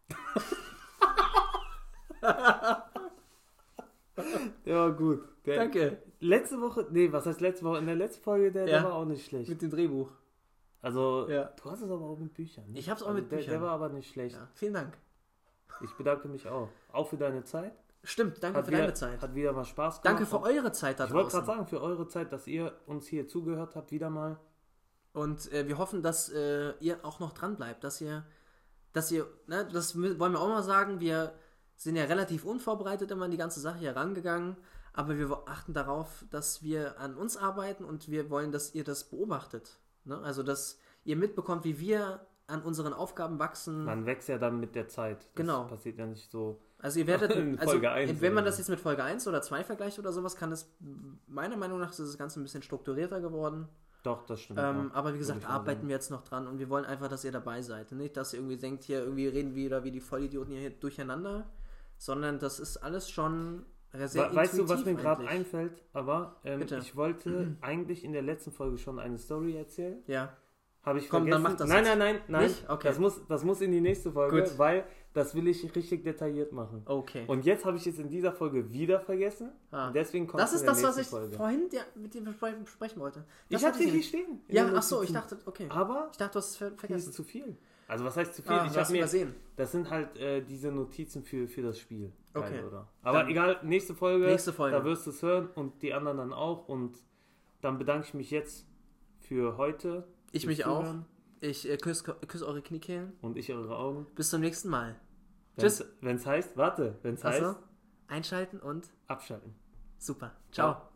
Der war gut. Danke. Letzte Woche, nee, was heißt letzte Woche? In der letzten Folge, der Ja. war auch nicht schlecht. Mit dem Drehbuch. Also, Ja. du hast es aber auch mit Büchern. Ne? Ich hab's auch Also mit der, Büchern. Der war aber nicht schlecht. Ja. Vielen Dank. Ich bedanke mich auch. Auch für deine Zeit. Stimmt, danke für deine Zeit. Hat wieder mal Spaß gemacht. Danke für eure Zeit da Ich wollte draußen. gerade sagen, für eure Zeit, dass ihr uns hier zugehört habt, wieder mal. Und wir hoffen, dass ihr auch noch dran bleibt, dass ihr, ne, das wollen wir auch mal sagen, wir sind ja relativ unvorbereitet immer an die ganze Sache hier rangegangen, aber wir achten darauf, dass wir an uns arbeiten und wir wollen, dass ihr das beobachtet. Ne? Also, dass ihr mitbekommt, wie wir an unseren Aufgaben wachsen. Man wächst ja dann mit der Zeit. Das Genau. passiert ja nicht so. Also ihr werdet, In also Folge 1 wenn man oder das jetzt mit Folge 1 oder 2 vergleicht oder sowas, kann es, meiner Meinung nach, ist das Ganze ein bisschen strukturierter geworden. Doch, das stimmt. Aber wie Würde gesagt, ich mal arbeiten sagen. wir jetzt noch dran und wir wollen einfach, dass ihr dabei seid. Nicht, dass ihr irgendwie denkt, hier irgendwie reden wir wieder wie die Vollidioten hier durcheinander, sondern das ist alles schon sehr Weißt du, was intuitiv mir gerade eigentlich. einfällt? Aber Bitte. ich wollte eigentlich in der letzten Folge schon eine Story erzählen. Ja, Habe ich Komm, vergessen. dann mach das Nein. jetzt. Nicht? Okay. Das muss in die nächste Folge, Gut. weil das will ich richtig detailliert machen. okay. Und jetzt habe ich es in dieser Folge wieder vergessen. Ah. Und deswegen kommt Das es ist in der das, was nächsten ich Folge. vorhin mit dir besprechen wollte. Ich Das habe hatte sie hier nämlich- stehen. in Ja, den ach so, ich Notizen. dachte, okay. Aber Ich dachte, du hast es hier ist vergessen. zu viel. Also was heißt zu viel? Ah, ich hast habe mir übersehen. das sind halt diese Notizen für das Spiel. Geil, Okay. oder? Aber Dann- egal, nächste Folge, Nächste da wirst du es hören und die anderen dann auch. Und dann bedanke ich mich jetzt für heute. Ich fürs mich auch. Zuhören. Ich küsse eure Kniekehlen. Und ich eure Augen. Bis zum nächsten Mal. Tschüss. Wenn's heißt, einschalten und abschalten. super. Ciao.